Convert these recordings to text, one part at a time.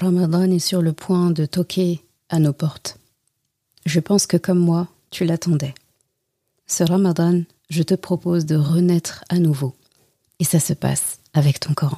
Ramadan est sur le point de toquer à nos portes. Je pense que comme moi, tu l'attendais. Ce Ramadan, je te propose de renaître à nouveau. Et ça se passe avec ton Coran.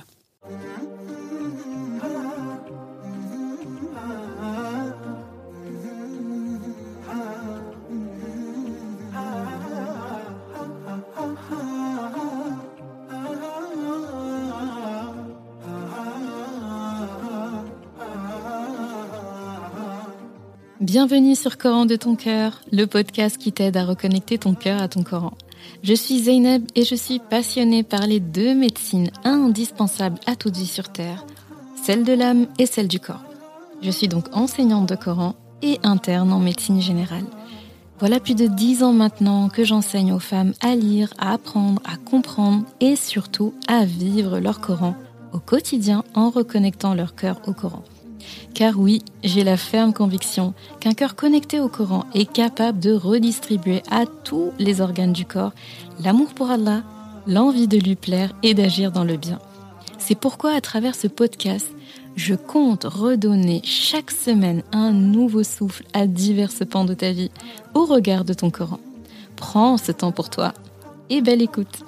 Bienvenue sur Coran de ton cœur, le podcast qui t'aide à reconnecter ton cœur à ton Coran. Je suis Zeynep et je suis passionnée par les deux médecines indispensables à toute vie sur Terre, celle de l'âme et celle du corps. Je suis donc enseignante de Coran et interne en médecine générale. Voilà plus de 10 ans maintenant que j'enseigne aux femmes à lire, à apprendre, à comprendre et surtout à vivre leur Coran au quotidien en reconnectant leur cœur au Coran. Car oui, j'ai la ferme conviction qu'un cœur connecté au Coran est capable de redistribuer à tous les organes du corps l'amour pour Allah, l'envie de lui plaire et d'agir dans le bien. C'est pourquoi à travers ce podcast, je compte redonner chaque semaine un nouveau souffle à divers pans de ta vie au regard de ton Coran. Prends ce temps pour toi et belle écoute.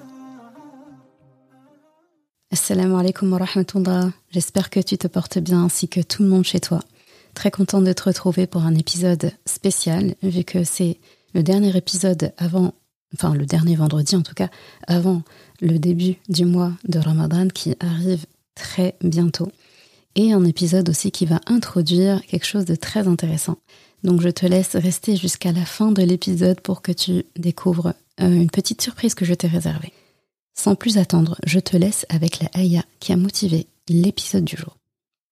Assalamu alaikum wa rahmatullah. J'espère que tu te portes bien ainsi que tout le monde chez toi. Très contente de te retrouver pour un épisode spécial, vu que c'est le dernier épisode le dernier vendredi en tout cas, avant le début du mois de Ramadan qui arrive très bientôt. Et un épisode aussi qui va introduire quelque chose de très intéressant. Donc je te laisse rester jusqu'à la fin de l'épisode pour que tu découvres une petite surprise que je t'ai réservée. Sans plus attendre, je te laisse avec la ayah qui a motivé l'épisode du jour.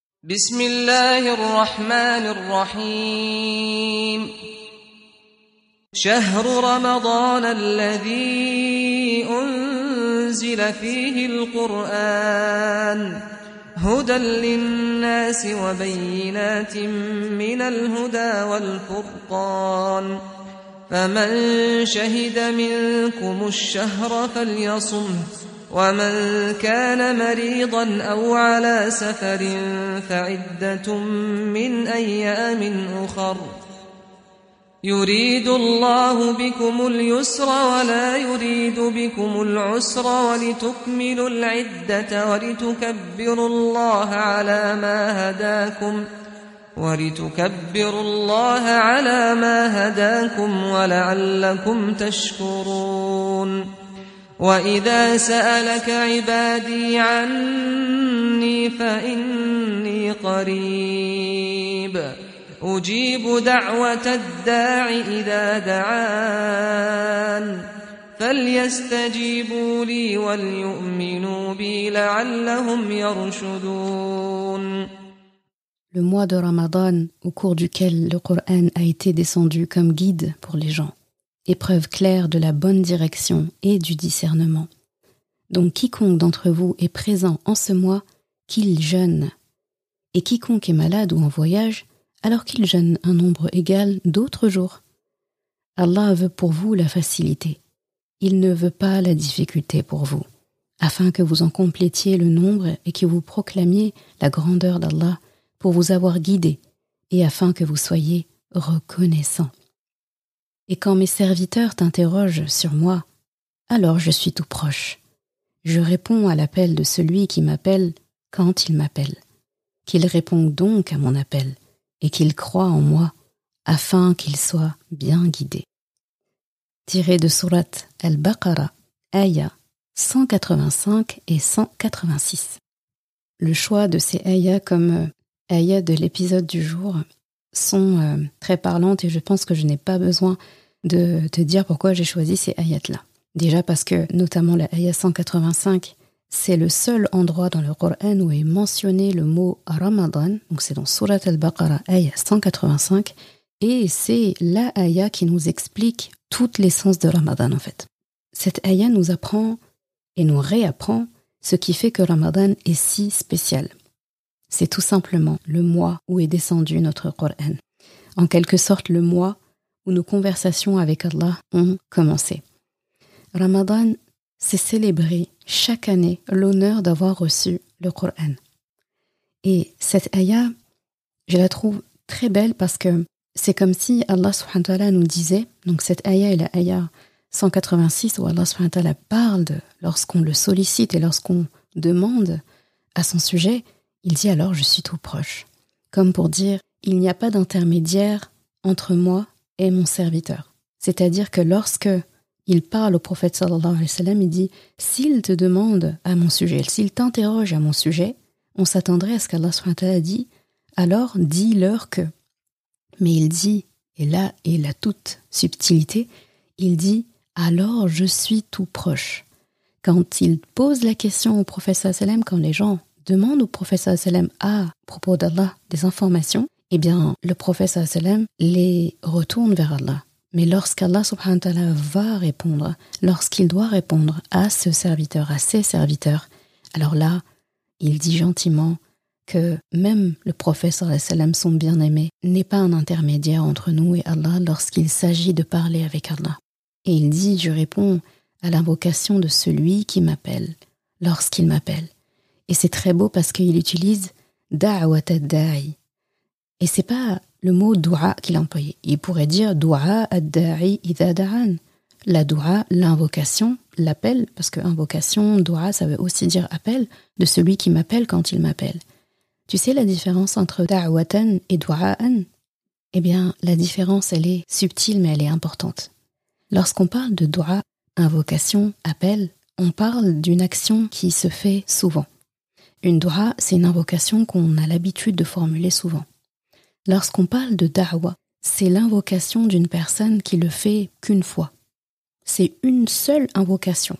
Bismillahirrahmanirrahim. شهر رمضان الذي أنزل فيه القرآن هدى للناس وبينات من الهدى والفرقان فمن شهد منكم الشهر فليصمه ومن كان مريضا أو على سفر فعدة من أيام أخر يريد الله بكم اليسر ولا يريد بكم العسر ولتكملوا العدة ولتكبروا الله على ما هداكم ولعلكم تشكرون وإذا سألك عبادي عني فإني قريب أجيب دعوة الداع إذا دعان فليستجيبوا لي وليؤمنوا بي لعلهم يرشدون. Le mois de Ramadan, au cours duquel le Coran a été descendu comme guide pour les gens, épreuve claire de la bonne direction et du discernement. Donc quiconque d'entre vous est présent en ce mois, qu'il jeûne. Et quiconque est malade ou en voyage, alors qu'il jeûne un nombre égal d'autres jours. Allah veut pour vous la facilité. Il ne veut pas la difficulté pour vous, afin que vous en complétiez le nombre et que vous proclamiez la grandeur d'Allah pour vous avoir guidé et afin que vous soyez reconnaissants. Et quand mes serviteurs t'interrogent sur moi, alors je suis tout proche. Je réponds à l'appel de celui qui m'appelle quand il m'appelle. Qu'il réponde donc à mon appel et qu'il croie en moi afin qu'il soit bien guidé. Tiré de sourate Al-Baqarah, ayah 185 et 186. Le choix de ces ayahs comme ayahs de l'épisode du jour sont très parlantes et je pense que je n'ai pas besoin de te dire pourquoi j'ai choisi ces ayats-là. Déjà parce que, notamment la ayah 185, c'est le seul endroit dans le Coran où est mentionné le mot Ramadan, donc c'est dans Surat Al-Baqarah, ayah 185, et c'est la ayah qui nous explique toute l'essence de Ramadan en fait. Cette ayah nous apprend et nous réapprend ce qui fait que Ramadan est si spécial. C'est tout simplement le mois où est descendu notre Coran. En quelque sorte le mois où nos conversations avec Allah ont commencé. Ramadan, c'est célébrer chaque année l'honneur d'avoir reçu le Coran. Et cette ayah Je la trouve très belle parce que c'est comme si Allah subhanahu wa ta'ala nous disait, donc cette ayah est la ayah 186 où Allah subhanahu wa ta'ala parle de lorsqu'on le sollicite et lorsqu'on demande à son sujet, il dit alors je suis tout proche. Comme pour dire, il n'y a pas d'intermédiaire entre moi et mon serviteur. C'est-à-dire que lorsque il parle au prophète sallallahu alayhi wa sallam, il dit, s'il te demande à mon sujet, s'il t'interroge à mon sujet, on s'attendrait à ce qu'Allah subhanahu wa ta'ala dit, alors dis-leur que. Mais il dit, et là est la toute subtilité, il dit, alors je suis tout proche. Quand il pose la question au prophète sallallahu alayhi wa sallam, quand les gens demandent au prophète sallallahu alayhi wa sallam à propos d'Allah des informations, eh bien le prophète sallallahu alayhi wa sallam les retourne vers Allah. Mais lorsqu'Allah subhanahu wa ta'ala va répondre, lorsqu'il doit répondre à ce serviteur, à ses serviteurs, alors là, il dit gentiment que même le prophète sallallahu alayhi wa sallam, son bien-aimé, n'est pas un intermédiaire entre nous et Allah lorsqu'il s'agit de parler avec Allah. Et il dit, je réponds à l'invocation de celui qui m'appelle, lorsqu'il m'appelle. Et c'est très beau parce qu'il utilise da'wat ad-da'i. Et c'est pas le mot dua qu'il a employé. Il pourrait dire dua ad-da'i idha da'an. La dua, l'invocation, l'appel, parce que invocation, dua, ça veut aussi dire appel, de celui qui m'appelle quand il m'appelle. Tu sais la différence entre da'watan et du'a'an? Eh bien, la différence, elle est subtile, mais elle est importante. Lorsqu'on parle de dua, invocation, appel, on parle d'une action qui se fait souvent. Une dua, c'est une invocation qu'on a l'habitude de formuler souvent. Lorsqu'on parle de da'wa, c'est l'invocation d'une personne qui le fait qu'une fois. C'est une seule invocation.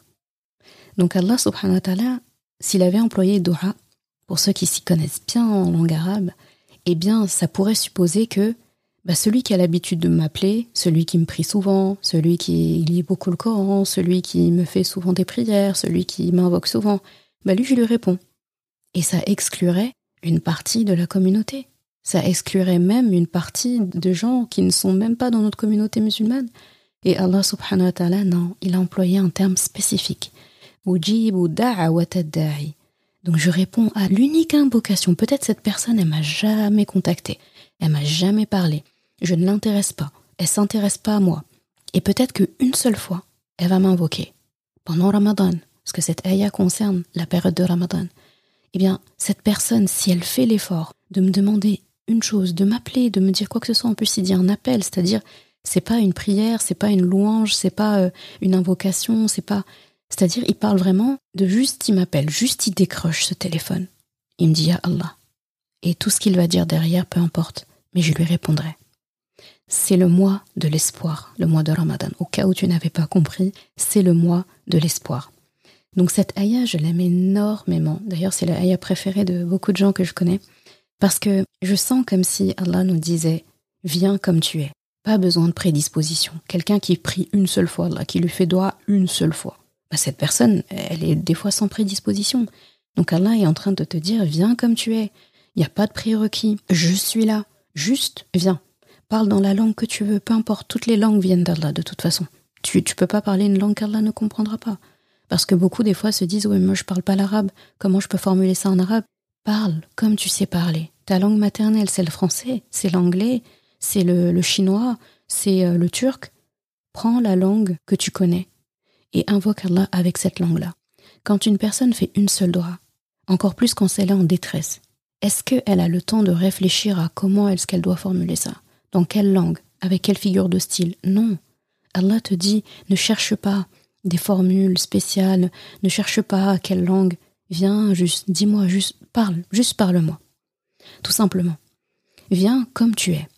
Donc Allah subhanahu wa ta'ala, s'il avait employé dua, pour ceux qui s'y connaissent bien en langue arabe, eh bien ça pourrait supposer que celui qui a l'habitude de m'appeler, celui qui me prie souvent, celui qui lit beaucoup le Coran, celui qui me fait souvent des prières, celui qui m'invoque souvent, lui je lui réponds. Et ça exclurait une partie de la communauté. Ça exclurait même une partie de gens qui ne sont même pas dans notre communauté musulmane. Et Allah subhanahu wa ta'ala, non, il a employé un terme spécifique. Ujibu da'wat ad-da'i. Donc je réponds à l'unique invocation. Peut-être cette personne, elle m'a jamais contacté. Elle m'a jamais parlé. Je ne l'intéresse pas. Elle s'intéresse pas à moi. Et peut-être qu'une seule fois, elle va m'invoquer. Pendant Ramadan, parce que cette ayah concerne la période de Ramadan. Eh bien, cette personne, si elle fait l'effort de me demander une chose, de m'appeler, de me dire quoi que ce soit, en plus il dit un appel, c'est-à-dire c'est pas une prière, c'est pas une louange, c'est pas une invocation, c'est-à-dire il parle vraiment de juste il m'appelle, juste il décroche ce téléphone. Il me dit ya Allah. Et tout ce qu'il va dire derrière, peu importe, mais je lui répondrai. C'est le mois de l'espoir, le mois de Ramadan. Au cas où tu n'avais pas compris, c'est le mois de l'espoir. Donc cette ayah, je l'aime énormément. D'ailleurs, c'est la ayah préférée de beaucoup de gens que je connais. Parce que je sens comme si Allah nous disait « Viens comme tu es ». Pas besoin de prédisposition. Quelqu'un qui prie une seule fois, Allah, qui lui fait doigt une seule fois. Cette personne, elle est des fois sans prédisposition. Donc Allah est en train de te dire « Viens comme tu es ». Il n'y a pas de prérequis. Je suis là. Juste, viens. Parle dans la langue que tu veux. Peu importe, toutes les langues viennent d'Allah de toute façon. Tu peux pas parler une langue qu'Allah ne comprendra pas. Parce que beaucoup des fois se disent « Oui, moi je parle pas l'arabe. Comment je peux formuler ça en arabe ?» Parle comme tu sais parler. Ta langue maternelle, c'est le français, c'est l'anglais, c'est le chinois, c'est le turc. Prends la langue que tu connais et invoque Allah avec cette langue-là. Quand une personne fait une seule doua, encore plus quand elle est en détresse, est-ce qu'elle a le temps de réfléchir à comment est-ce qu'elle doit formuler ça? Dans quelle langue? Avec quelle figure de style? Non. Allah te dit, ne cherche pas des formules spéciales, ne cherche pas à quelle langue. Viens, juste, dis-moi, juste parle-moi. Tout simplement. Viens comme tu es.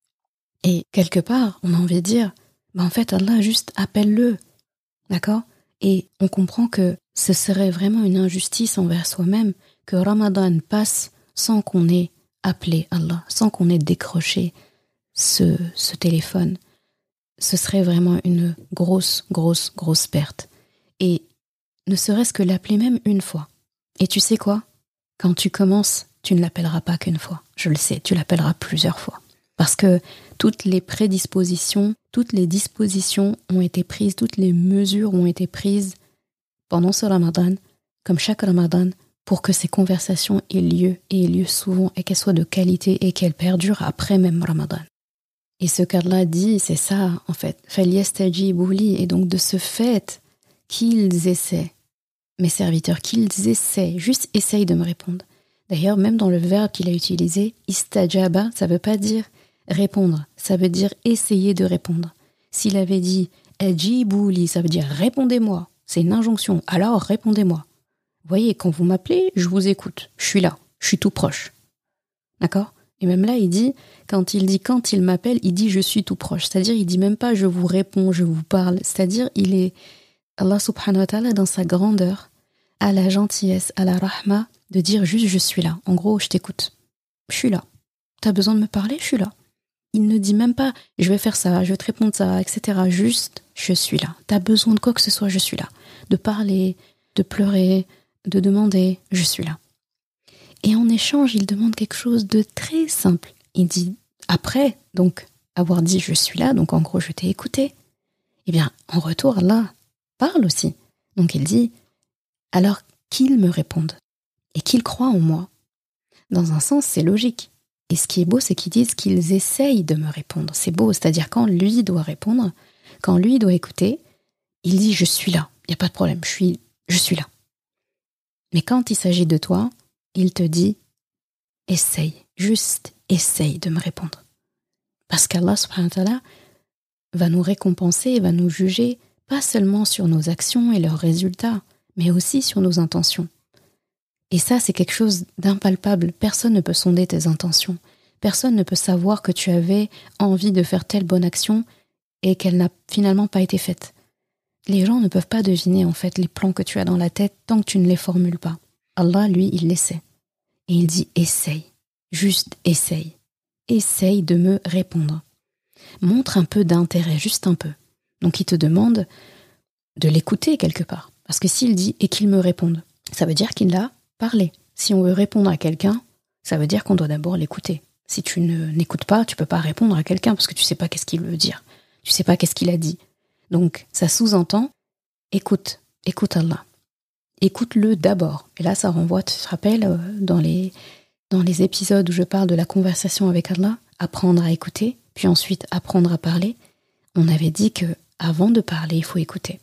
Et quelque part, on a envie de dire, en fait, Allah, juste appelle-le. D'accord? Et on comprend que ce serait vraiment une injustice envers soi-même que Ramadan passe sans qu'on ait appelé Allah, sans qu'on ait décroché ce téléphone. Ce serait vraiment une grosse perte. Et ne serait-ce que l'appeler même une fois. Et tu sais quoi? Quand tu commences, tu ne l'appelleras pas qu'une fois. Je le sais, tu l'appelleras plusieurs fois. Parce que toutes les prédispositions, toutes les dispositions ont été prises, toutes les mesures ont été prises pendant ce Ramadan, comme chaque Ramadan, pour que ces conversations aient lieu souvent et qu'elles soient de qualité et qu'elles perdurent après même Ramadan. Et ce qu'Allah dit, c'est ça en fait. فَلْيَسْتَجِيبُوا لِي. Et donc de ce fait qu'ils essaient, mes serviteurs, qu'ils essaient, juste essayent de me répondre. D'ailleurs, même dans le verbe qu'il a utilisé, istajaba, ça ne veut pas dire répondre, ça veut dire essayer de répondre. S'il avait dit ajibu li, ça veut dire répondez-moi, c'est une injonction, alors répondez-moi. Vous voyez, quand vous m'appelez, je vous écoute, je suis là, je suis tout proche. D'accord ? Et même là, il dit, quand il m'appelle, il dit je suis tout proche. C'est-à-dire, il dit même pas je vous réponds, je vous parle. C'est-à-dire, Allah subhanahu wa ta'ala, dans sa grandeur, à la gentillesse, à la rahma, de dire juste je suis là. En gros, je t'écoute. Je suis là. T'as besoin de me parler, je suis là. Il ne dit même pas je vais faire ça, je vais te répondre ça, etc. Juste, je suis là. T'as besoin de quoi que ce soit, je suis là. De parler, de pleurer, de demander, je suis là. Et en échange, il demande quelque chose de très simple. Il dit, après, donc, avoir dit je suis là, donc en gros, je t'ai écouté, eh bien, en retour, Allah parle aussi. Donc il dit, alors qu'il me réponde et qu'il croit en moi. Dans un sens, c'est logique. Et ce qui est beau, c'est qu'ils disent qu'ils essayent de me répondre. C'est beau, c'est-à-dire quand lui doit répondre, quand lui doit écouter, il dit je suis là, il n'y a pas de problème, je suis là. Mais quand il s'agit de toi, il te dit essaye, juste essaye de me répondre. Parce qu'Allah subhanahu wa ta'ala va nous récompenser et va nous juger pas seulement sur nos actions et leurs résultats, mais aussi sur nos intentions. Et ça, c'est quelque chose d'impalpable. Personne ne peut sonder tes intentions. Personne ne peut savoir que tu avais envie de faire telle bonne action et qu'elle n'a finalement pas été faite. Les gens ne peuvent pas deviner en fait les plans que tu as dans la tête tant que tu ne les formules pas. Allah, lui, il les sait. Et il dit essaye, juste essaye. Essaye de me répondre. Montre un peu d'intérêt, juste un peu. Donc il te demande de l'écouter quelque part. Parce que s'il dit et qu'il me réponde, ça veut dire qu'il l'a parlé. Si on veut répondre à quelqu'un, ça veut dire qu'on doit d'abord l'écouter. Si tu n'écoutes pas, tu peux pas répondre à quelqu'un parce que tu sais pas qu'est-ce qu'il veut dire. Tu sais pas qu'est-ce qu'il a dit. Donc ça sous-entend, écoute Allah. Écoute-le d'abord. Et là, ça renvoie, tu te rappelles, dans les épisodes où je parle de la conversation avec Allah, apprendre à écouter, puis ensuite apprendre à parler. On avait dit que avant de parler, il faut écouter.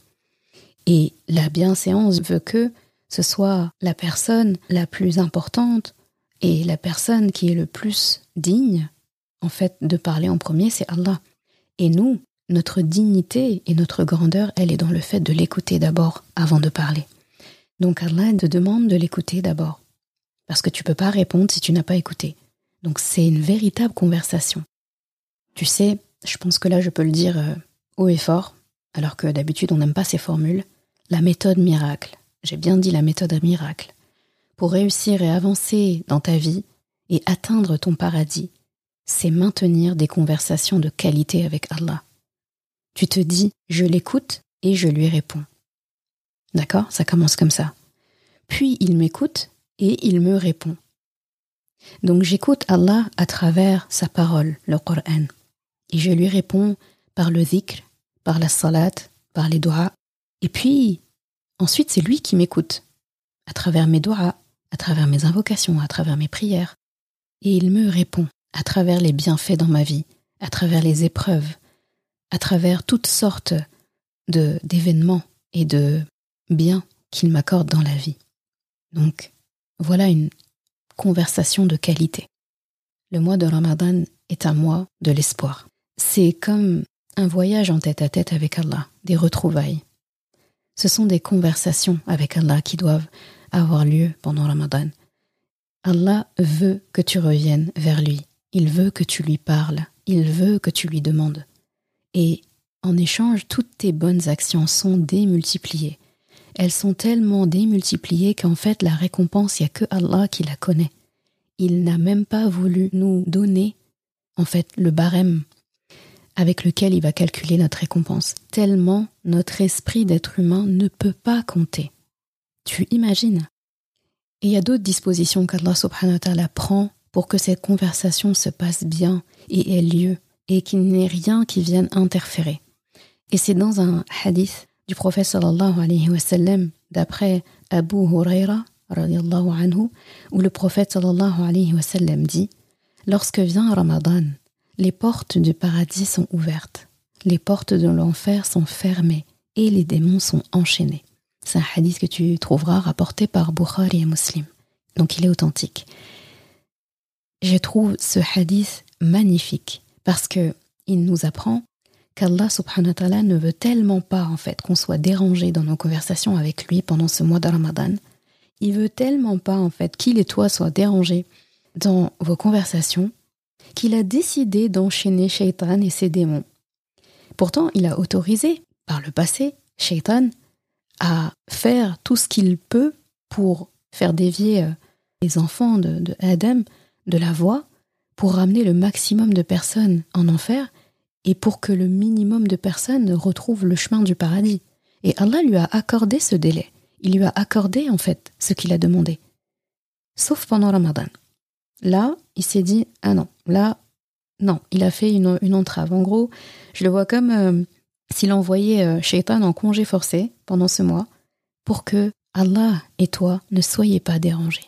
Et la bienséance veut que ce soit la personne la plus importante et la personne qui est le plus digne, en fait, de parler en premier, c'est Allah. Et nous, notre dignité et notre grandeur, elle est dans le fait de l'écouter d'abord avant de parler. Donc Allah te demande de l'écouter d'abord. Parce que tu ne peux pas répondre si tu n'as pas écouté. Donc c'est une véritable conversation. Tu sais, je pense que là je peux le dire haut et fort, alors que d'habitude on n'aime pas ces formules. La méthode miracle, j'ai bien dit la méthode miracle, pour réussir et avancer dans ta vie et atteindre ton paradis, c'est maintenir des conversations de qualité avec Allah. Tu te dis, je l'écoute et je lui réponds. D'accord ? Ça commence comme ça. Puis il m'écoute et il me répond. Donc j'écoute Allah à travers sa parole, le Coran. Et je lui réponds par le dhikr, par la salat, par les doigts. Et puis, ensuite, c'est lui qui m'écoute, à travers mes doigts, à travers mes invocations, à travers mes prières. Et il me répond à travers les bienfaits dans ma vie, à travers les épreuves, à travers toutes sortes d'événements et de biens qu'il m'accorde dans la vie. Donc, voilà une conversation de qualité. Le mois de Ramadan est un mois de l'espoir. C'est comme un voyage en tête-à-tête avec Allah, des retrouvailles. Ce sont des conversations avec Allah qui doivent avoir lieu pendant Ramadan. Allah veut que tu reviennes vers lui. Il veut que tu lui parles. Il veut que tu lui demandes. Et en échange, toutes tes bonnes actions sont démultipliées. Elles sont tellement démultipliées qu'en fait, la récompense, il n'y a que Allah qui la connaît. Il n'a même pas voulu nous donner, en fait, le barème avec lequel il va calculer notre récompense. Tellement notre esprit d'être humain ne peut pas compter. Tu imagines ? Et il y a d'autres dispositions qu'Allah subhanahu wa ta'ala prend pour que cette conversation se passe bien et ait lieu, et qu'il n'y ait rien qui vienne interférer. Et c'est dans un hadith du prophète sallallahu alayhi wa sallam, d'après Abu Huraira radiallahu anhu, où le prophète sallallahu alayhi wa sallam dit « Lorsque vient Ramadan, les portes du paradis sont ouvertes, les portes de l'enfer sont fermées et les démons sont enchaînés. » C'est un hadith que tu trouveras rapporté par Bukhari et Muslim. Donc il est authentique. Je trouve ce hadith magnifique parce que il nous apprend qu'Allah subhanahu wa ta'ala ne veut tellement pas en fait qu'on soit dérangé dans nos conversations avec lui pendant ce mois de Ramadan. Il veut tellement pas en fait qu'il et toi soient dérangés dans vos conversations qu'il a décidé d'enchaîner Shaitan et ses démons. Pourtant, il a autorisé par le passé Shaitan à faire tout ce qu'il peut pour faire dévier les enfants de Adam de la voie, pour ramener le maximum de personnes en enfer et pour que le minimum de personnes retrouvent le chemin du paradis. Et Allah lui a accordé ce délai. Il lui a accordé en fait ce qu'il a demandé. Sauf pendant Ramadan. Là, il s'est dit, ah non, là, non, il a fait une entrave. En gros, je le vois comme s'il envoyait Shaitan en congé forcé pendant ce mois pour que Allah et toi ne soyez pas dérangés.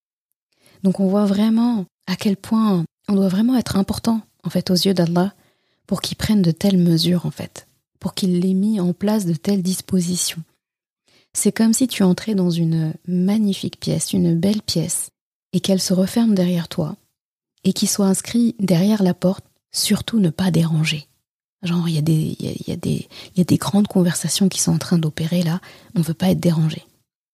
Donc on voit vraiment à quel point on doit vraiment être important en fait aux yeux d'Allah pour qu'il prenne de telles mesures en fait, pour qu'il ait mis en place de telles dispositions. C'est comme si tu entrais dans une magnifique pièce, une belle pièce, et qu'elle se referme derrière toi, et qu'il soit inscrit derrière la porte, surtout ne pas déranger. Genre il y a des grandes conversations qui sont en train d'opérer là, on ne veut pas être dérangé.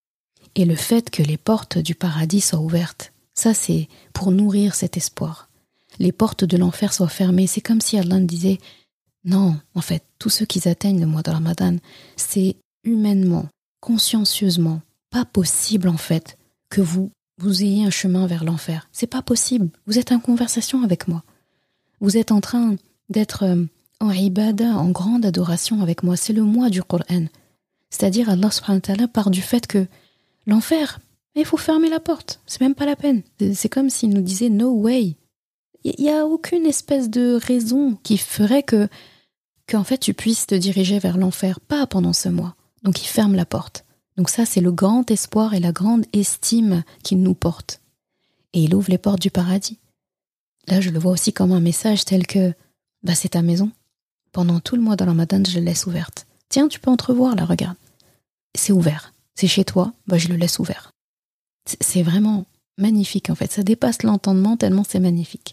Et le fait que les portes du paradis soient ouvertes, ça, c'est pour nourrir cet espoir. Les portes de l'enfer soient fermées. C'est comme si Allah disait « Non, en fait, tous ceux qui atteignent le mois de Ramadan, c'est humainement, consciencieusement, pas possible, en fait, que vous ayez un chemin vers l'enfer. C'est pas possible. Vous êtes en conversation avec moi. Vous êtes en train d'être en ibada, en grande adoration avec moi. C'est le mois du Coran. C'est-à-dire, Allah subhanahu wa ta'ala part du fait que l'enfer... il faut fermer la porte, c'est même pas la peine. C'est comme s'il nous disait « no way ». Il n'y a aucune espèce de raison qui ferait qu'en fait tu puisses te diriger vers l'enfer, pas pendant ce mois. Donc il ferme la porte. Donc ça, c'est le grand espoir et la grande estime qu'il nous porte. Et il ouvre les portes du paradis. Là, je le vois aussi comme un message tel que « c'est ta maison. Pendant tout le mois de Ramadan, je le laisse ouverte. Tiens, tu peux entrevoir, là, regarde. C'est ouvert. C'est chez toi, je le laisse ouvert. » C'est vraiment magnifique en fait, ça dépasse l'entendement tellement c'est magnifique.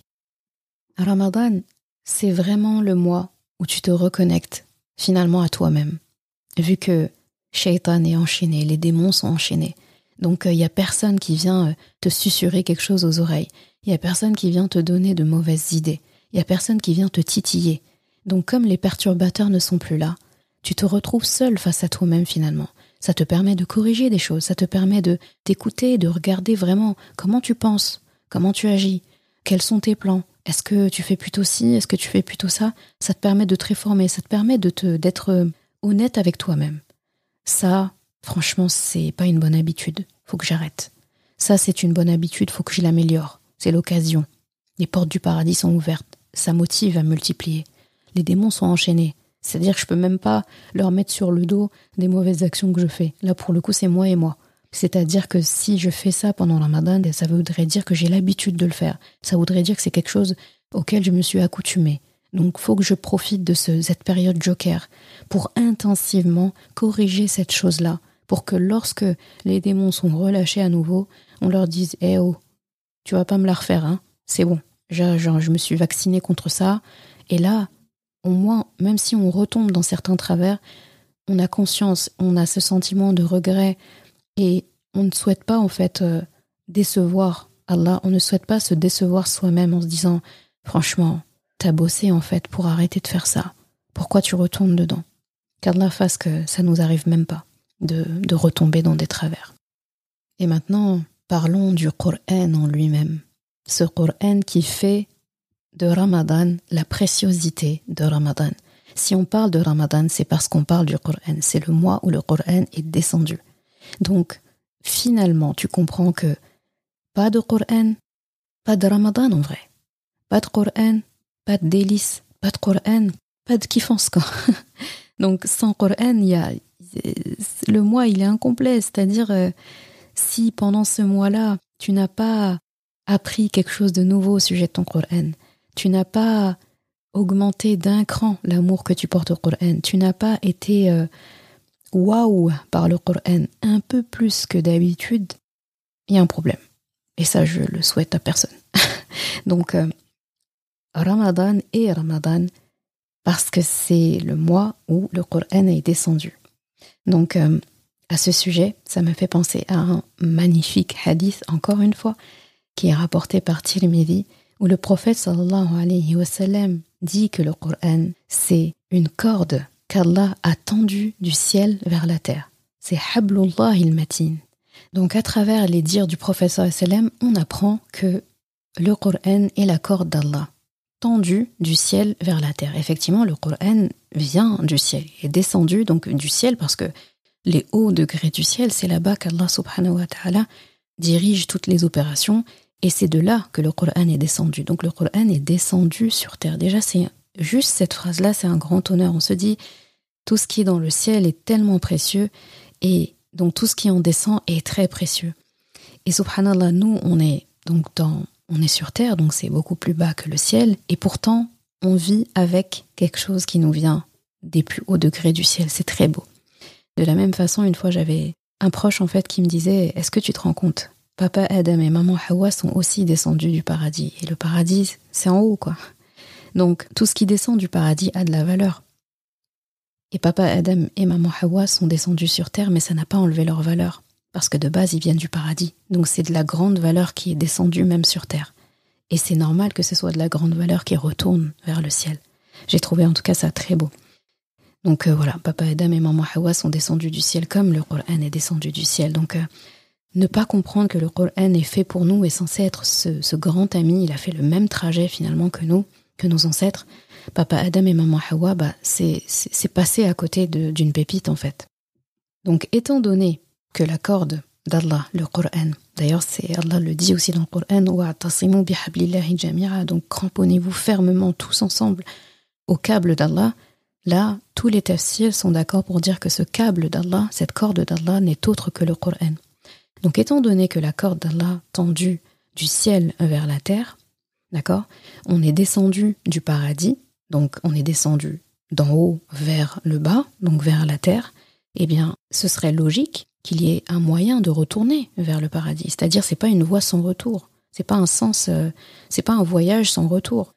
Ramadan, c'est vraiment le mois où tu te reconnectes finalement à toi-même. Vu que Shaitan est enchaîné, les démons sont enchaînés. Donc il n'y a personne qui vient te susurrer quelque chose aux oreilles. Il n'y a personne qui vient te donner de mauvaises idées. Il n'y a personne qui vient te titiller. Donc comme les perturbateurs ne sont plus là, tu te retrouves seul face à toi-même finalement. Ça te permet de corriger des choses, ça te permet de t'écouter, de regarder vraiment comment tu penses, comment tu agis, quels sont tes plans, est-ce que tu fais plutôt ci, est-ce que tu fais plutôt ça. Ça te permet de te réformer, ça te permet d'être honnête avec toi-même. Ça, franchement, c'est pas une bonne habitude, faut que j'arrête. Ça, c'est une bonne habitude, faut que je l'améliore, c'est l'occasion. Les portes du paradis sont ouvertes, ça motive à multiplier. Les démons sont enchaînés. C'est-à-dire que je peux même pas leur mettre sur le dos des mauvaises actions que je fais. Là, pour le coup, c'est moi et moi. C'est-à-dire que si je fais ça pendant le Ramadan, ça voudrait dire que j'ai l'habitude de le faire. Ça voudrait dire que c'est quelque chose auquel je me suis accoutumée. Donc, il faut que je profite de cette période joker pour intensivement corriger cette chose-là. Pour que lorsque les démons sont relâchés à nouveau, on leur dise « Eh oh, tu vas pas me la refaire, hein. C'est bon. Je me suis vaccinée contre ça. » Et là, au moins, même si on retombe dans certains travers, on a conscience, on a ce sentiment de regret et on ne souhaite pas en fait décevoir Allah, on ne souhaite pas se décevoir soi-même en se disant « Franchement, t'as bossé en fait pour arrêter de faire ça. Pourquoi tu retournes dedans ?» Qu'Allah fasse que ça nous arrive même pas de retomber dans des travers. Et maintenant, parlons du Coran en lui-même. Ce Coran qui fait de Ramadan, la préciosité de Ramadan. Si on parle de Ramadan, c'est parce qu'on parle du Coran. C'est le mois où le Coran est descendu. Donc, finalement, tu comprends que pas de Coran, pas de Ramadan en vrai. Pas de Coran, pas de délices, pas de Coran, pas de kiffance quoi. Donc, sans Coran, le mois il est incomplet. C'est-à-dire, Si pendant ce mois-là, tu n'as pas appris quelque chose de nouveau au sujet de ton Coran, tu n'as pas augmenté d'un cran l'amour que tu portes au Coran, tu n'as pas été waouh par le Coran un peu plus que d'habitude, il y a un problème. Et ça, je le souhaite à personne. Donc, Ramadan est Ramadan parce que c'est le mois où le Coran est descendu. Donc, à ce sujet, ça me fait penser à un magnifique hadith, encore une fois, qui est rapporté par Tirmidhi, où le prophète sallallahu alayhi wa sallam dit que le Coran, c'est une corde qu'Allah a tendue du ciel vers la terre. C'est hablullah il-matin. Donc, à travers les dires du prophète sallallahu alayhi wa sallam, on apprend que le Coran est la corde d'Allah, tendue du ciel vers la terre. Effectivement, le Coran vient du ciel, il est descendu donc du ciel parce que les hauts degrés du ciel, c'est là-bas qu'Allah subhanahu wa ta'ala dirige toutes les opérations et c'est de là que le Coran est descendu. Donc le Coran est descendu sur terre. Déjà, c'est juste cette phrase-là, c'est un grand honneur. On se dit, tout ce qui est dans le ciel est tellement précieux et donc tout ce qui en descend est très précieux. Et subhanallah, nous, on est sur terre, donc c'est beaucoup plus bas que le ciel et pourtant, on vit avec quelque chose qui nous vient des plus hauts degrés du ciel. C'est très beau. De la même façon, une fois, j'avais un proche en fait qui me disait « Est-ce que tu te rends compte ? Papa Adam et maman Hawa sont aussi descendus du paradis. Et le paradis, c'est en haut, quoi. Donc, tout ce qui descend du paradis a de la valeur. Et papa Adam et maman Hawa sont descendus sur terre, mais ça n'a pas enlevé leur valeur. Parce que de base, ils viennent du paradis. Donc, c'est de la grande valeur qui est descendue même sur terre. Et c'est normal que ce soit de la grande valeur qui retourne vers le ciel. J'ai trouvé en tout cas ça très beau. Donc voilà, papa Adam et maman Hawa sont descendus du ciel comme le Coran est descendu du ciel. Donc ne pas comprendre que le Coran est fait pour nous, est censé être ce grand ami, il a fait le même trajet finalement que nous, que nos ancêtres. Papa Adam et maman Hawa, c'est passé à côté d'une pépite en fait. Donc étant donné que la corde d'Allah, le Coran, d'ailleurs Allah le dit aussi dans le Coran, wa'tasimu bihablillahi jami'a, donc cramponnez-vous fermement tous ensemble au câble d'Allah. Là, tous les tafsirs sont d'accord pour dire que ce câble d'Allah, cette corde d'Allah n'est autre que le Coran. Donc étant donné que la corde d'Allah tendue du ciel vers la terre, d'accord, on est descendu du paradis, donc on est descendu d'en haut vers le bas, donc vers la terre, eh bien ce serait logique qu'il y ait un moyen de retourner vers le paradis. C'est-à-dire c'est pas une voie sans retour, c'est pas un voyage sans retour.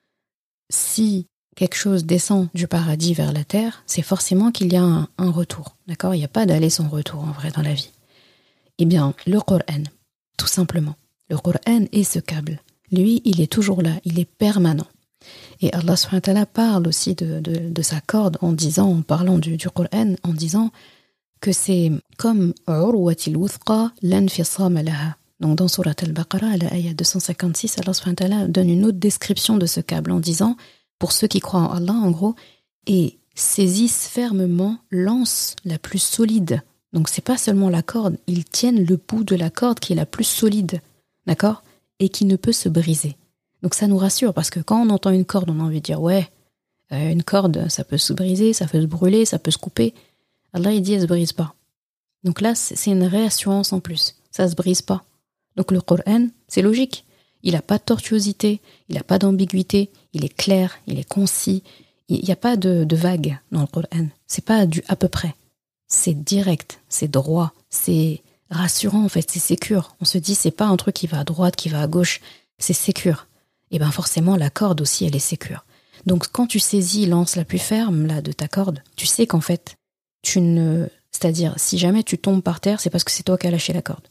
Si quelque chose descend du paradis vers la terre, c'est forcément qu'il y a un retour. D'accord ? Il n'y a pas d'aller sans retour en vrai dans la vie. Eh bien, le Coran, tout simplement. Le Coran est ce câble. Lui, il est toujours là, il est permanent. Et Allah subhanahu wa ta'ala parle aussi de sa corde en parlant du Coran, en disant que c'est comme urwatil wuthqa lan fisama laha. Donc dans Surat al-Baqarah, à la ayah 256, Allah subhanahu wa ta'ala donne une autre description de ce câble en disant pour ceux qui croient en Allah, en gros, et saisissent fermement l'anse la plus solide. Donc c'est pas seulement la corde, ils tiennent le bout de la corde qui est la plus solide, d'accord ? Et qui ne peut se briser. Donc ça nous rassure, parce que quand on entend une corde, on a envie de dire, ouais, une corde, ça peut se briser, ça peut se brûler, ça peut se couper. Allah, il dit, elle se brise pas. Donc là, c'est une réassurance en plus. Ça se brise pas. Donc le Coran, c'est logique. Il n'a pas de tortuosité, il n'a pas d'ambiguïté, il est clair, il est concis. Il n'y a pas de vague dans le Coran. C'est pas du à peu près. C'est direct, c'est droit, c'est rassurant en fait, c'est sécure. On se dit, c'est pas un truc qui va à droite, qui va à gauche, c'est sécure. Et bien forcément, la corde aussi, elle est sécure. Donc quand tu saisis l'anse la plus ferme là de ta corde, tu sais qu'en fait, c'est-à-dire, si jamais tu tombes par terre, c'est parce que c'est toi qui as lâché la corde.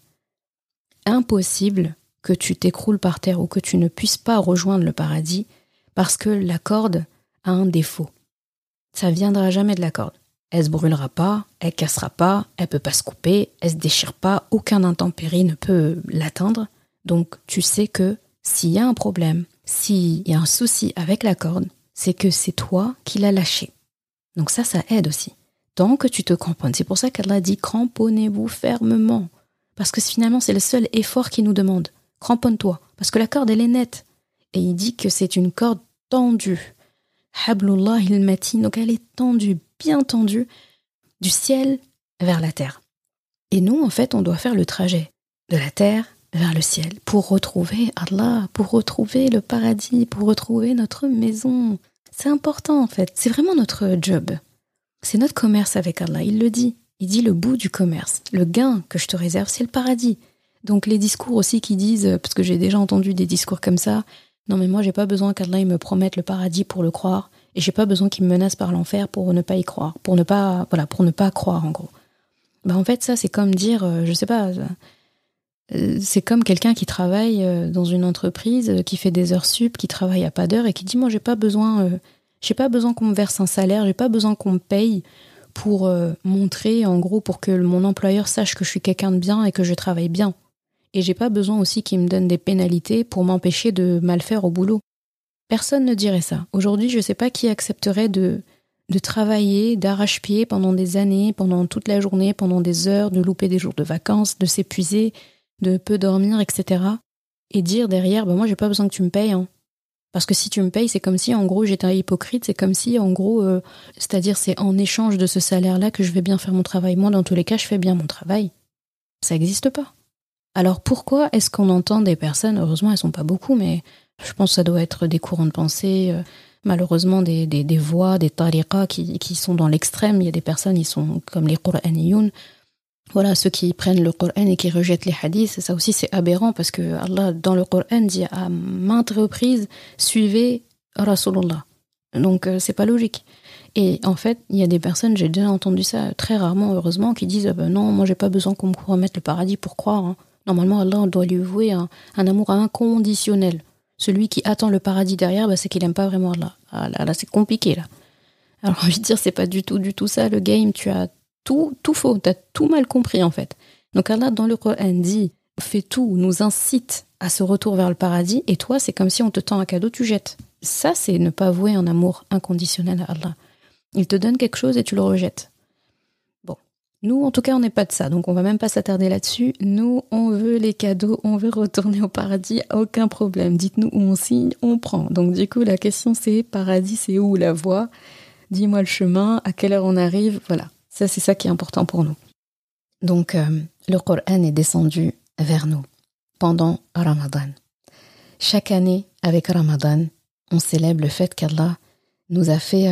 Impossible que tu t'écroules par terre ou que tu ne puisses pas rejoindre le paradis parce que la corde a un défaut. Ça viendra jamais de la corde. Elle se brûlera pas, elle cassera pas, elle peut pas se couper, elle se déchire pas, aucun intempérie ne peut l'atteindre. Donc tu sais que s'il y a un problème, s'il y a un souci avec la corde, c'est que c'est toi qui l'as lâchée. Donc ça aide aussi. Tant que tu te cramponnes, c'est pour ça qu'Allah dit cramponnez-vous fermement. Parce que finalement c'est le seul effort qu'il nous demande. Cramponne-toi, parce que la corde elle est nette. Et il dit que c'est une corde tendue. Hablullah il-matin, donc elle est tendue, bien tendue, du ciel vers la terre. Et nous, en fait, on doit faire le trajet de la terre vers le ciel pour retrouver Allah, pour retrouver le paradis, pour retrouver notre maison. C'est important en fait, c'est vraiment notre job. C'est notre commerce avec Allah, il le dit. Il dit le bout du commerce, le gain que je te réserve, c'est le paradis. Donc les discours aussi qui disent, parce que j'ai déjà entendu des discours comme ça, non mais moi j'ai pas besoin qu'Allah il me promette le paradis pour le croire, et j'ai pas besoin qu'il me menace par l'enfer pour ne pas y croire, pour ne pas croire en gros. En fait ça c'est comme dire, je sais pas, c'est comme quelqu'un qui travaille dans une entreprise, qui fait des heures sup, qui travaille à pas d'heure et qui dit moi j'ai pas besoin qu'on me verse un salaire, j'ai pas besoin qu'on me paye pour montrer, en gros, pour que mon employeur sache que je suis quelqu'un de bien et que je travaille bien. Et j'ai pas besoin aussi qu'il me donne des pénalités pour m'empêcher de mal faire au boulot. Personne ne dirait ça. Aujourd'hui, je sais pas qui accepterait de travailler d'arrache-pied pendant des années, pendant toute la journée, pendant des heures, de louper des jours de vacances, de s'épuiser, de peu dormir, etc. Et dire derrière, moi j'ai pas besoin que tu me payes, hein. Parce que si tu me payes, c'est comme si, en gros, j'étais un hypocrite. C'est comme si, en gros, c'est-à-dire c'est en échange de ce salaire-là que je vais bien faire mon travail. Moi, dans tous les cas, je fais bien mon travail. Ça n'existe pas. Alors pourquoi est-ce qu'on entend des personnes, heureusement, elles sont pas beaucoup, mais je pense que ça doit être des courants de pensée, malheureusement des voix, des tariqas qui sont dans l'extrême. Il y a des personnes, ils sont comme les Qur'aniyoun. Voilà, ceux qui prennent le Coran et qui rejettent les hadiths, ça aussi c'est aberrant parce que Allah, dans le Coran, dit à maintes reprises, suivez Rasulullah. Donc c'est pas logique. Et en fait, il y a des personnes, j'ai déjà entendu ça très rarement, heureusement, qui disent non, moi j'ai pas besoin qu'on me remette le paradis pour croire, hein. Normalement, Allah doit lui vouer un amour inconditionnel. Celui qui attend le paradis derrière, c'est qu'il aime pas vraiment Allah. Ah là, c'est compliqué là. Alors j'ai envie de dire, c'est pas du tout ça le game, tu as tout faux, t'as tout mal compris en fait. Donc Allah dans le Coran dit, fait tout, nous incite à ce retour vers le paradis, et toi c'est comme si on te tend un cadeau, tu jettes. Ça c'est ne pas vouer un amour inconditionnel à Allah. Il te donne quelque chose et tu le rejettes. Bon, nous en tout cas on n'est pas de ça, donc on va même pas s'attarder là-dessus. Nous on veut les cadeaux, on veut retourner au paradis, aucun problème. Dites-nous où on signe, on prend. Donc du coup la question c'est, paradis c'est où la voie? Dis-moi le chemin, à quelle heure on arrive, voilà. Ça, c'est ça qui est important pour nous. Donc, le Coran est descendu vers nous pendant Ramadan. Chaque année, avec Ramadan, on célèbre le fait qu'Allah nous a fait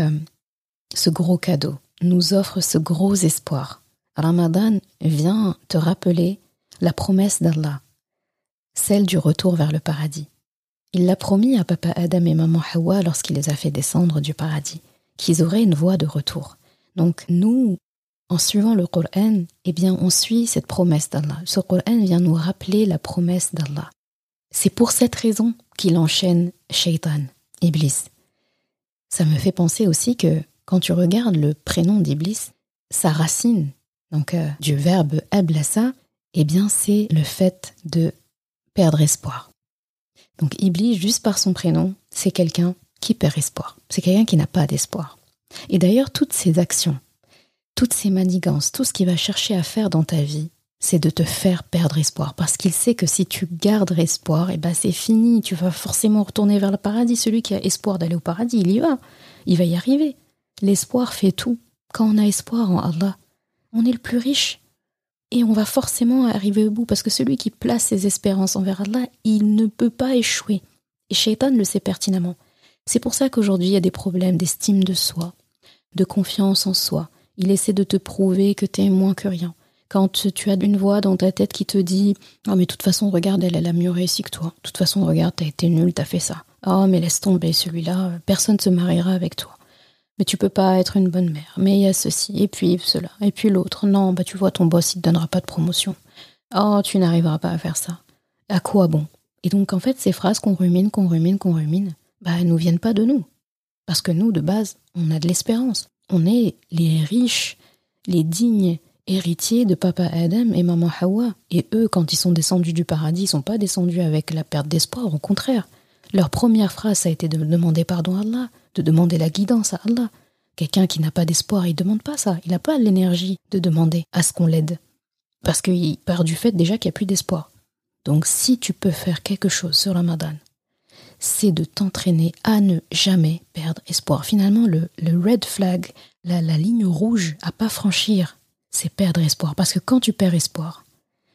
ce gros cadeau, nous offre ce gros espoir. Ramadan vient te rappeler la promesse d'Allah, celle du retour vers le paradis. Il l'a promis à papa Adam et maman Hawa lorsqu'il les a fait descendre du paradis, qu'ils auraient une voie de retour. Donc, nous, en suivant le Coran, on suit cette promesse d'Allah. Ce Coran vient nous rappeler la promesse d'Allah. C'est pour cette raison qu'il enchaîne Shaitan, Iblis. Ça me fait penser aussi que quand tu regardes le prénom d'Iblis, sa racine, donc du verbe ablasa, c'est le fait de perdre espoir. Donc Iblis, juste par son prénom, c'est quelqu'un qui perd espoir. C'est quelqu'un qui n'a pas d'espoir. Et d'ailleurs, toutes ses actions, toutes ces manigances, tout ce qu'il va chercher à faire dans ta vie, c'est de te faire perdre espoir. Parce qu'il sait que si tu gardes espoir, c'est fini. Tu vas forcément retourner vers le paradis. Celui qui a espoir d'aller au paradis, il y va. Il va y arriver. L'espoir fait tout. Quand on a espoir en Allah, on est le plus riche. Et on va forcément arriver au bout. Parce que celui qui place ses espérances envers Allah, il ne peut pas échouer. Et Shaitan le sait pertinemment. C'est pour ça qu'aujourd'hui, il y a des problèmes d'estime de soi, de confiance en soi. Il essaie de te prouver que t'es moins que rien. Quand tu as une voix dans ta tête qui te dit « Oh mais de toute façon, regarde, elle a mieux réussi que toi. De toute façon, regarde, t'as été nul, t'as fait ça. Oh mais laisse tomber, celui-là, personne ne se mariera avec toi. Mais tu peux pas être une bonne mère. Mais il y a ceci, et puis cela, et puis l'autre. Non, tu vois, ton boss, il te donnera pas de promotion. Oh, tu n'arriveras pas à faire ça. À quoi bon ?» Et donc, en fait, ces phrases qu'on rumine, elles nous viennent pas de nous. Parce que nous, de base, on a de l'espérance. On est les riches, les dignes héritiers de papa Adam et maman Hawa. Et eux, quand ils sont descendus du paradis, ils sont pas descendus avec la perte d'espoir. Au contraire, leur première phrase, ça a été de demander pardon à Allah, de demander la guidance à Allah. Quelqu'un qui n'a pas d'espoir, il demande pas ça. Il n'a pas l'énergie de demander à ce qu'on l'aide. Parce qu'il part du fait déjà qu'il n'y a plus d'espoir. Donc si tu peux faire quelque chose sur Ramadan, c'est de t'entraîner à ne jamais perdre espoir. Finalement, le red flag, la ligne rouge à pas franchir, c'est perdre espoir. Parce que quand tu perds espoir,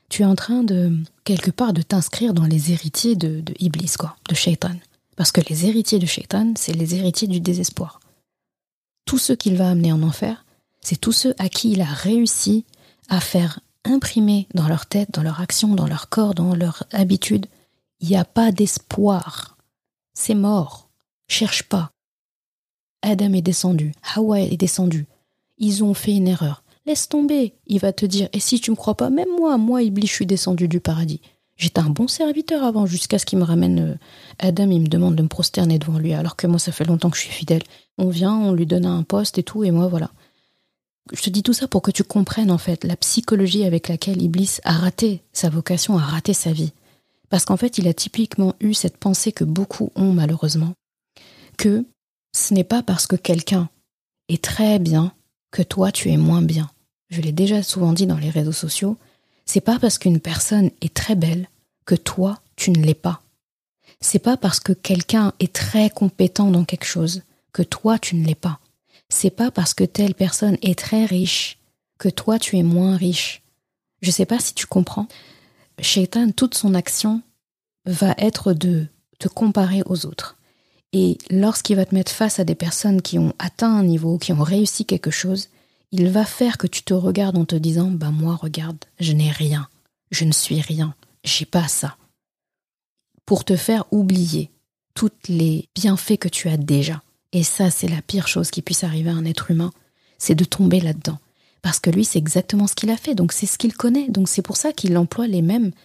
tu es en train de, quelque part, de t'inscrire dans les héritiers de Iblis, quoi, de Shaitan. Parce que les héritiers de Shaitan, c'est les héritiers du désespoir. Tous ceux qu'il va amener en enfer, c'est tous ceux à qui il a réussi à faire imprimer dans leur tête, dans leur action, dans leur corps, dans leur habitude, il n'y a pas d'espoir. C'est mort. Cherche pas. Adam est descendu, Hawa est descendu. Ils ont fait une erreur. Laisse tomber. Il va te dire, et si tu me crois pas, même moi, Iblis, je suis descendu du paradis. J'étais un bon serviteur avant, jusqu'à ce qu'il me ramène Adam, il me demande de me prosterner devant lui, alors que moi, ça fait longtemps que je suis fidèle. On vient, on lui donne un poste et tout, et moi, voilà. Je te dis tout ça pour que tu comprennes, en fait, la psychologie avec laquelle Iblis a raté sa vocation, a raté sa vie. Parce qu'en fait, il a typiquement eu cette pensée que beaucoup ont, malheureusement, que ce n'est pas parce que quelqu'un est très bien que toi, tu es moins bien. Je l'ai déjà souvent dit dans les réseaux sociaux, c'est pas parce qu'une personne est très belle que toi, tu ne l'es pas. C'est pas parce que quelqu'un est très compétent dans quelque chose que toi, tu ne l'es pas. C'est pas parce que telle personne est très riche que toi, tu es moins riche. Je sais pas si tu comprends. Shaitan, toute son action va être de te comparer aux autres. Et lorsqu'il va te mettre face à des personnes qui ont atteint un niveau, qui ont réussi quelque chose, il va faire que tu te regardes en te disant « Bah moi, regarde, je n'ai rien, je ne suis rien, j'ai pas ça. » Pour te faire oublier tous les bienfaits que tu as déjà. Et ça, c'est la pire chose qui puisse arriver à un être humain, c'est de tomber là-dedans. Parce que lui, c'est exactement ce qu'il a fait, donc c'est ce qu'il connaît. Donc c'est pour ça qu'il emploie la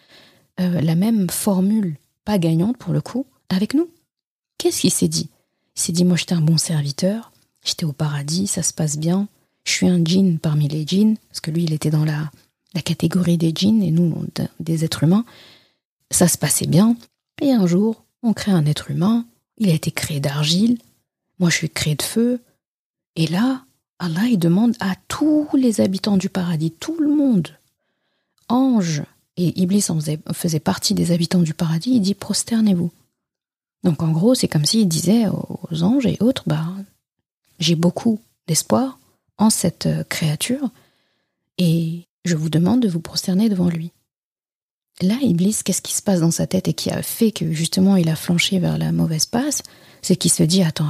même formule, pas gagnante pour le coup, avec nous. Qu'est-ce qu'il s'est dit? Il s'est dit, moi j'étais un bon serviteur, j'étais au paradis, ça se passe bien, je suis un djinn parmi les djinns, parce que lui il était dans la catégorie des djinns et nous des êtres humains, ça se passait bien, et un jour on crée un être humain, il a été créé d'argile, moi je suis créé de feu, et là Allah il demande à tous les habitants du paradis, tout le monde, anges, et Iblis faisait partie des habitants du paradis, il dit prosternez-vous. Donc en gros, c'est comme s'il disait aux anges et autres, j'ai beaucoup d'espoir en cette créature et je vous demande de vous prosterner devant lui. Là, Iblis, qu'est-ce qui se passe dans sa tête et qui a fait que justement il a flanché vers la mauvaise passe, c'est qu'il se dit attends.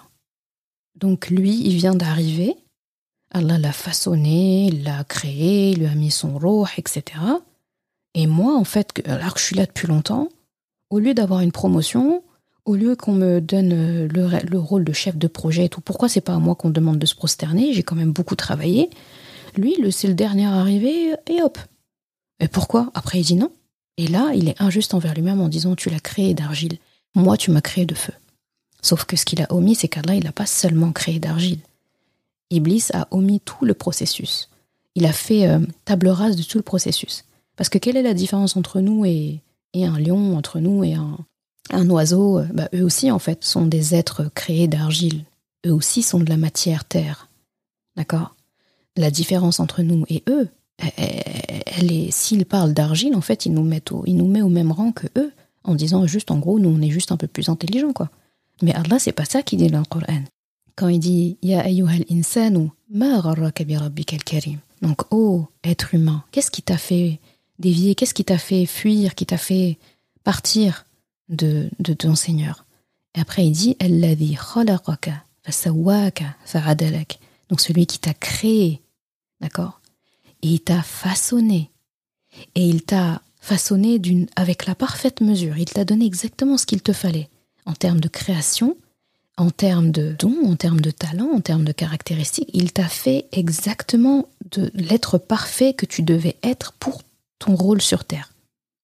Donc lui, il vient d'arriver, Allah l'a façonné, l'a créé, il lui a mis son ruh, etc. Et moi, en fait, alors que je suis là depuis longtemps, au lieu d'avoir une promotion, au lieu qu'on me donne le rôle de chef de projet et tout, pourquoi c'est pas à moi qu'on demande de se prosterner? J'ai quand même beaucoup travaillé. Lui, c'est le dernier arrivé, et hop. Et pourquoi? Après, il dit non. Et là, il est injuste envers lui-même en disant, tu l'as créé d'argile. Moi, tu m'as créé de feu. Sauf que ce qu'il a omis, c'est qu'Allah, il n'a pas seulement créé d'argile. Iblis a omis tout le processus. Il a fait table rase de tout le processus. Parce que quelle est la différence entre nous et un lion, entre nous et un oiseau? Eux aussi, en fait, sont des êtres créés d'argile. Eux aussi sont de la matière terre. D'accord? La différence entre nous et eux, elle est, s'ils parlent d'argile, en fait, il nous met au même rang que eux, en disant juste, en gros, nous, on est juste un peu plus intelligents, quoi. Mais Allah, c'est pas ça qu'il dit dans le Coran. Quand il dit, Ya ayyuhal insanu, ma gharraka bi rabbikal karim. Donc, oh, être humain, qu'est-ce qui t'a fait dévier? Qu'est-ce qui t'a fait fuir? Qui t'a fait partir de ton Seigneur? Et après, il dit, Alladhi khalaqaka, fasawwaka, fa'adalak. Donc, celui qui t'a créé, d'accord? Et il t'a façonné. Et il t'a façonné avec la parfaite mesure. Il t'a donné exactement ce qu'il te fallait. En termes de création, en termes de dons, en termes de talent, en termes de caractéristiques. Il t'a fait exactement de l'être parfait que tu devais être pour ton rôle sur Terre.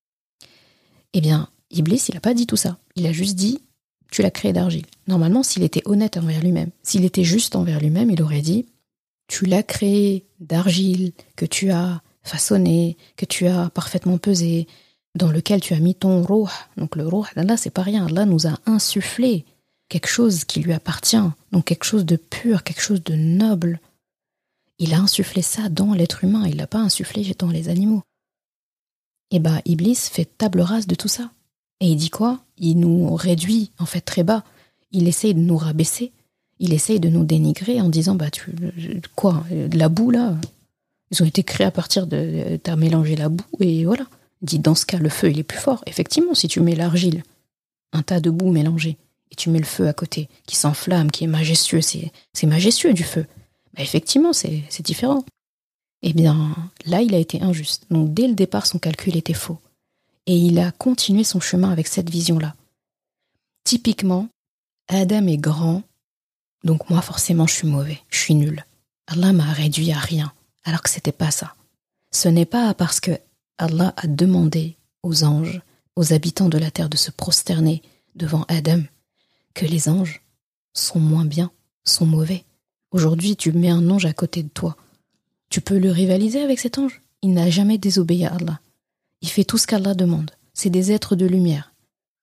Eh bien, Iblis, il n'a pas dit tout ça. Il a juste dit, tu l'as créé d'argile. Normalement, s'il était honnête envers lui-même, s'il était juste envers lui-même, il aurait dit, tu l'as créé d'argile, que tu as façonné, que tu as parfaitement pesé, dans lequel tu as mis ton ruh. Donc le ruh, là, c'est pas rien. Allah nous a insufflé quelque chose qui lui appartient, donc quelque chose de pur, quelque chose de noble. Il a insufflé ça dans l'être humain, il l'a pas insufflé dans les animaux. Et Iblis fait table rase de tout ça. Et il dit quoi? Il nous réduit en fait très bas. Il essaye de nous rabaisser. Il essaye de nous dénigrer en disant de la boue là, Ils ont été créés à partir de... T'as mélangé la boue et voilà. Il dit, dans ce cas, le feu, il est plus fort. Effectivement, si tu mets l'argile, un tas de boue mélangée, et tu mets le feu à côté, qui s'enflamme, qui est majestueux, c'est majestueux du feu. Bah, effectivement, c'est différent. Eh bien, là, il a été injuste. Donc, dès le départ, son calcul était faux. Et il a continué son chemin avec cette vision-là. Typiquement, Adam est grand, donc moi, forcément, je suis mauvais, je suis nul. Allah m'a réduit à rien, alors que c'était pas ça. Ce n'est pas parce que Allah a demandé aux anges, aux habitants de la terre de se prosterner devant Adam, que les anges sont moins bien, sont mauvais. Aujourd'hui, tu mets un ange à côté de toi. Tu peux le rivaliser avec cet ange? Il n'a jamais désobéi à Allah. Il fait tout ce qu'Allah demande. C'est des êtres de lumière.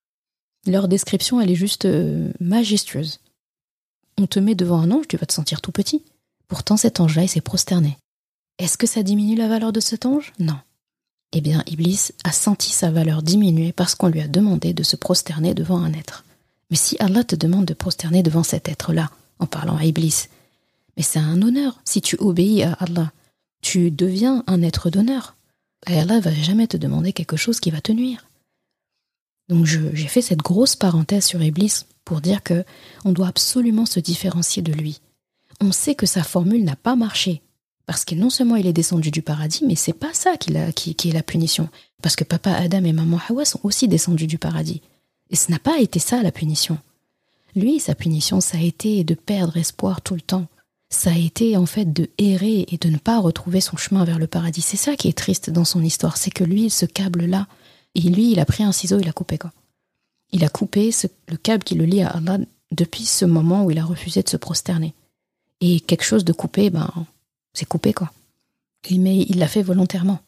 Leur description, elle est juste majestueuse. On te met devant un ange, tu vas te sentir tout petit. Pourtant, cet ange-là, il s'est prosterné. Est-ce que ça diminue la valeur de cet ange? Non. Eh bien, Iblis a senti sa valeur diminuer parce qu'on lui a demandé de se prosterner devant un être. Mais si Allah te demande de prosterner devant cet être-là, en parlant à Iblis, mais c'est un honneur. Si tu obéis à Allah, tu deviens un être d'honneur. Et Allah ne va jamais te demander quelque chose qui va te nuire. Donc j'ai fait cette grosse parenthèse sur Iblis pour dire que on doit absolument se différencier de lui. On sait que sa formule n'a pas marché. Parce que non seulement il est descendu du paradis, mais c'est pas ça qui est la punition. Parce que papa Adam et maman Hawa sont aussi descendus du paradis. Et ce n'a pas été ça la punition. Lui, sa punition, ça a été de perdre espoir tout le temps. Ça a été en fait de errer et de ne pas retrouver son chemin vers le paradis. C'est ça qui est triste dans son histoire, c'est que lui, ce câble-là, et lui, il a pris un ciseau, il a coupé quoi. Il a coupé le câble qui le lie à Allah depuis ce moment où il a refusé de se prosterner. Et quelque chose de coupé, c'est coupé quoi. Mais il l'a fait volontairement.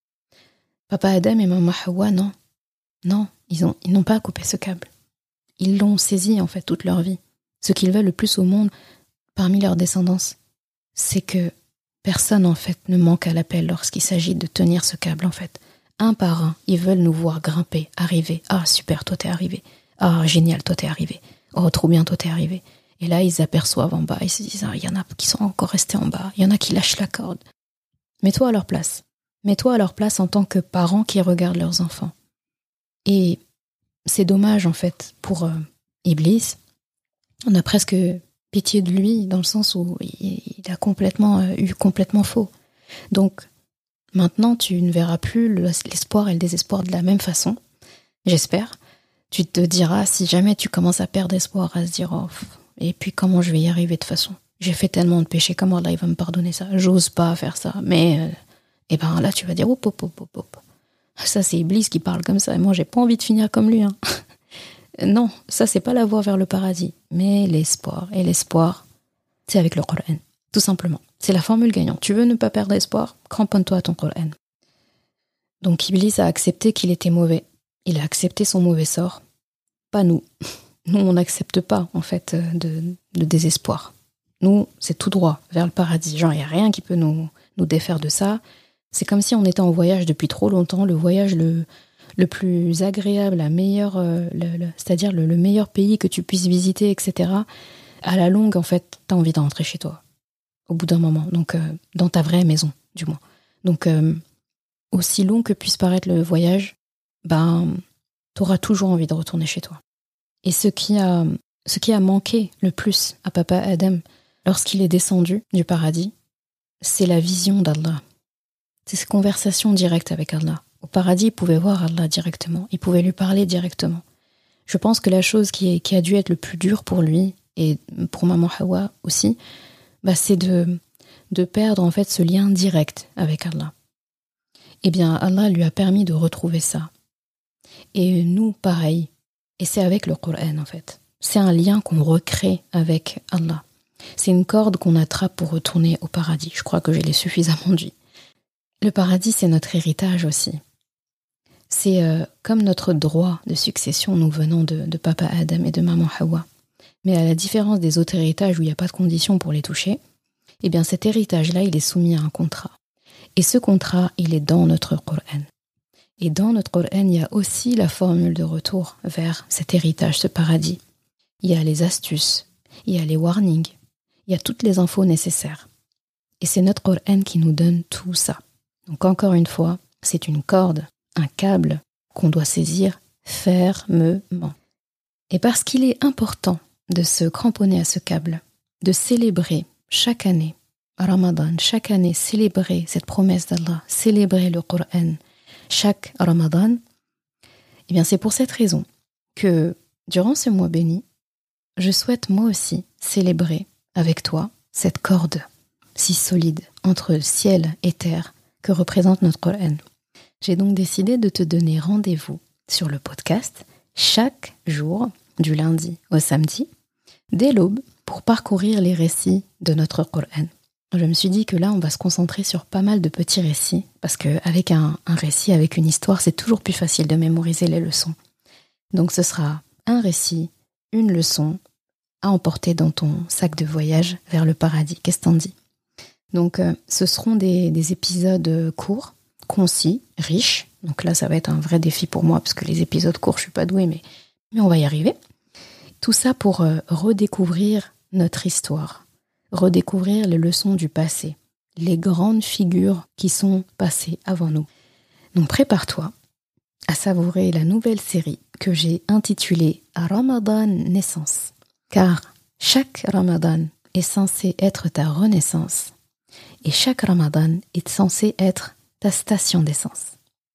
Papa Adam et maman Hawa, non. Non, ils n'ont pas coupé ce câble. Ils l'ont saisi en fait toute leur vie. Ce qu'ils veulent le plus au monde, parmi leur descendance, c'est que personne en fait ne manque à l'appel lorsqu'il s'agit de tenir ce câble en fait. Un par un, ils veulent nous voir grimper, arriver. Ah super, toi t'es arrivé. Ah génial, toi t'es arrivé. Oh trop bien, toi t'es arrivé. Et là, ils aperçoivent en bas, ils se disent, il y en a qui sont encore restés en bas, il y en a qui lâchent la corde. Mets-toi à leur place. Mets-toi à leur place en tant que parents qui regardent leurs enfants. Et c'est dommage, en fait, pour Iblis. On a presque pitié de lui, dans le sens où il a eu complètement faux. Donc, maintenant, tu ne verras plus l'espoir et le désespoir de la même façon, j'espère. Tu te diras, si jamais tu commences à perdre espoir, à se dire, oh, et puis comment je vais y arriver de toute façon? J'ai fait tellement de péchés, comment Allah il va me pardonner ça? J'ose pas faire ça. Mais et ben là tu vas dire hop. Ça c'est Iblis qui parle comme ça et moi j'ai pas envie de finir comme lui. Hein. Non, ça c'est pas la voie vers le paradis. Mais l'espoir, et l'espoir, c'est avec le Coran. Tout simplement. C'est la formule gagnante. Tu veux ne pas perdre espoir? Cramponne-toi à ton Coran. Donc Iblis a accepté qu'il était mauvais. Il a accepté son mauvais sort. Pas nous. Nous, on n'accepte pas, en fait, de désespoir. Nous, c'est tout droit vers le paradis. Genre, il n'y a rien qui peut nous défaire de ça. C'est comme si on était en voyage depuis trop longtemps. Le voyage le plus agréable, la meilleure, c'est-à-dire le meilleur pays que tu puisses visiter, etc. À la longue, en fait, t'as envie de rentrer chez toi. Au bout d'un moment. Donc, dans ta vraie maison, du moins. Donc, aussi long que puisse paraître le voyage, t'auras toujours envie de retourner chez toi. Et ce qui a manqué le plus à papa Adam lorsqu'il est descendu du paradis, c'est la vision d'Allah. C'est cette conversation directe avec Allah. Au paradis, il pouvait voir Allah directement, il pouvait lui parler directement. Je pense que la chose qui a dû être le plus dur pour lui, et pour maman Hawa aussi, c'est de perdre en fait ce lien direct avec Allah. Eh bien, Allah lui a permis de retrouver ça. Et nous, pareil. Et c'est avec le Coran, en fait. C'est un lien qu'on recrée avec Allah. C'est une corde qu'on attrape pour retourner au paradis. Je crois que je l'ai suffisamment dit. Le paradis, c'est notre héritage aussi. C'est comme notre droit de succession, nous venons de papa Adam et de maman Hawa. Mais à la différence des autres héritages où il n'y a pas de conditions pour les toucher, eh bien cet héritage-là, il est soumis à un contrat. Et ce contrat, il est dans notre Coran. Et dans notre Coran, il y a aussi la formule de retour vers cet héritage, ce paradis. Il y a les astuces, il y a les warnings, il y a toutes les infos nécessaires. Et c'est notre Coran qui nous donne tout ça. Donc encore une fois, c'est une corde, un câble qu'on doit saisir fermement. Et parce qu'il est important de se cramponner à ce câble, de célébrer chaque année Ramadan, chaque année célébrer cette promesse d'Allah, célébrer le Coran chaque Ramadan, eh bien c'est pour cette raison que durant ce mois béni, je souhaite moi aussi célébrer avec toi cette corde si solide entre ciel et terre que représente notre Coran. J'ai donc décidé de te donner rendez-vous sur le podcast chaque jour, du lundi au samedi, dès l'aube, pour parcourir les récits de notre Coran. Je me suis dit que là, on va se concentrer sur pas mal de petits récits, parce qu'avec un récit, avec une histoire, c'est toujours plus facile de mémoriser les leçons. Donc ce sera un récit, une leçon, à emporter dans ton sac de voyage vers le paradis. Qu'est-ce que t'en dis ? Donc ce seront des épisodes courts, concis, riches. Donc là, ça va être un vrai défi pour moi, parce que les épisodes courts, je suis pas douée, mais on va y arriver. Tout ça pour redécouvrir notre histoire, redécouvrir les leçons du passé, les grandes figures qui sont passées avant nous. Donc prépare-toi à savourer la nouvelle série que j'ai intitulée Ramadan Naissance. Car chaque Ramadan est censé être ta renaissance et chaque Ramadan est censé être ta station d'essence.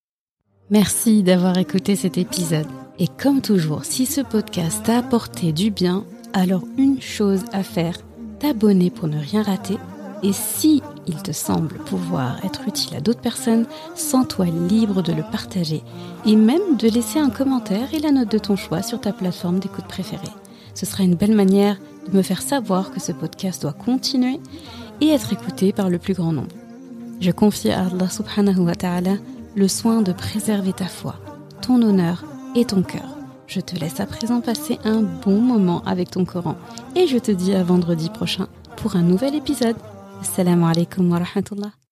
Merci d'avoir écouté cet épisode. Et comme toujours, si ce podcast t'a apporté du bien, alors une chose à faire, t'abonner pour ne rien rater. Et si il te semble pouvoir être utile à d'autres personnes, sens-toi libre de le partager et même de laisser un commentaire et la note de ton choix sur ta plateforme d'écoute préférée. Ce sera une belle manière de me faire savoir que ce podcast doit continuer et être écouté par le plus grand nombre. Je confie à Allah subhanahu wa ta'ala le soin de préserver ta foi, ton honneur et ton cœur. Je te laisse à présent passer un bon moment avec ton Coran et je te dis à vendredi prochain pour un nouvel épisode. Assalamu alaikum wa rahmatullah.